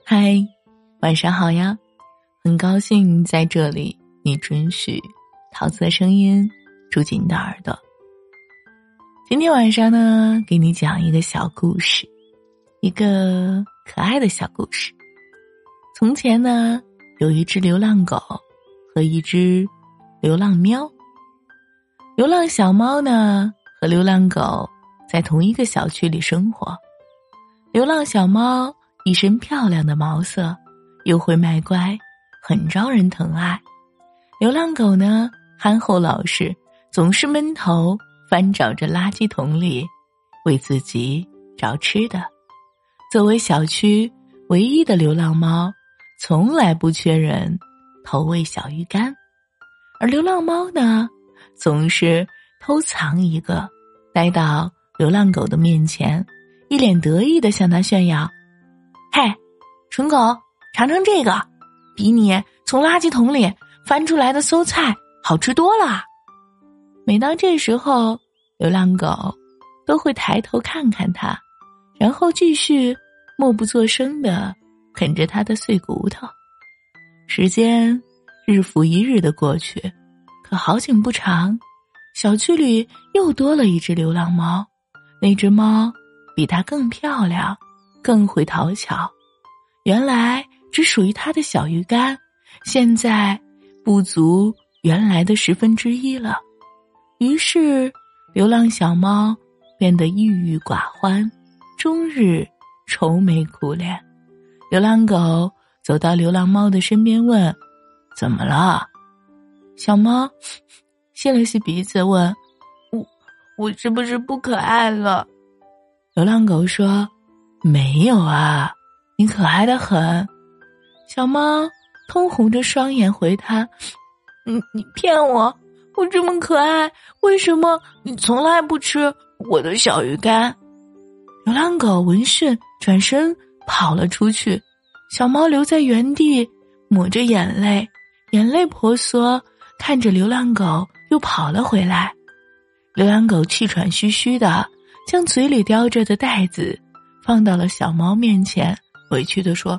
嗨，晚上好呀！很高兴在这里你准许桃子的声音住进你的耳朵。今天晚上呢，给你讲一个小故事，一个可爱的小故事。从前呢，有一只流浪狗和一只流浪喵。流浪小猫呢，和流浪狗在同一个小区里生活。流浪小猫一身漂亮的毛色，又会卖乖，很招人疼爱。流浪狗呢，憨厚老实，总是闷头翻找着垃圾桶里为自己找吃的。作为小区唯一的流浪猫，从来不缺人投喂小鱼干。而流浪猫呢，总是偷藏一个，带到流浪狗的面前，一脸得意地向他炫耀：嘿，蠢狗，尝尝这个，比你从垃圾桶里翻出来的馊菜好吃多了。每当这时候，流浪狗都会抬头看看它，然后继续默不作声地啃着它的碎骨头。时间日复一日的过去，可好景不长，小区里又多了一只流浪猫。那只猫比它更漂亮，更会讨巧。原来只属于它的小鱼干，现在不足原来的1/10了。于是流浪小猫变得郁郁寡欢，终日愁眉苦脸。流浪狗走到流浪猫的身边问：怎么了？小猫吸了吸鼻子问：我是不是不可爱了？流浪狗说：没有啊，你可爱得很。小猫通红着双眼回他：你骗我，我这么可爱，为什么你从来不吃我的小鱼干？流浪狗闻讯转身跑了出去，小猫留在原地抹着眼泪，眼泪婆娑，看着流浪狗又跑了回来。流浪狗气喘吁吁的将嘴里叼着的袋子放到了小猫面前，委屈地说：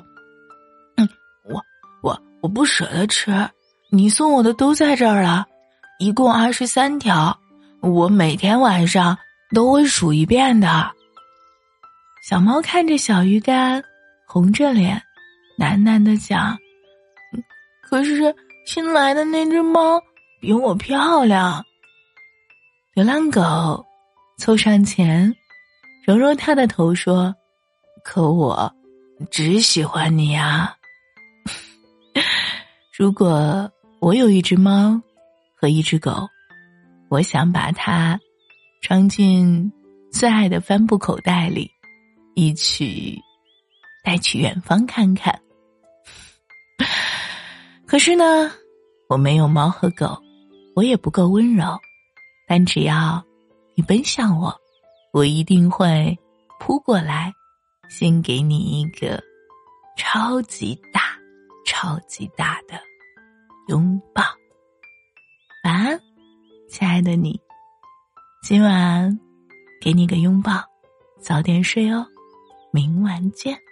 我不舍得吃，你送我的都在这儿了，一共23条，我每天晚上都会数一遍的。小猫看着小鱼干，红着脸喃喃地讲：可是新来的那只猫比我漂亮。流浪狗凑上前揉揉它的头说：可我只喜欢你啊。如果我有一只猫和一只狗，我想把它装进最爱的帆布口袋里，一起带去远方看看。可是呢，我没有猫和狗，我也不够温柔，但只要你奔向我，我一定会扑过来，先给你一个超级大、超级大的拥抱。晚安，亲爱的你，今晚给你个拥抱，早点睡哦，明晚见。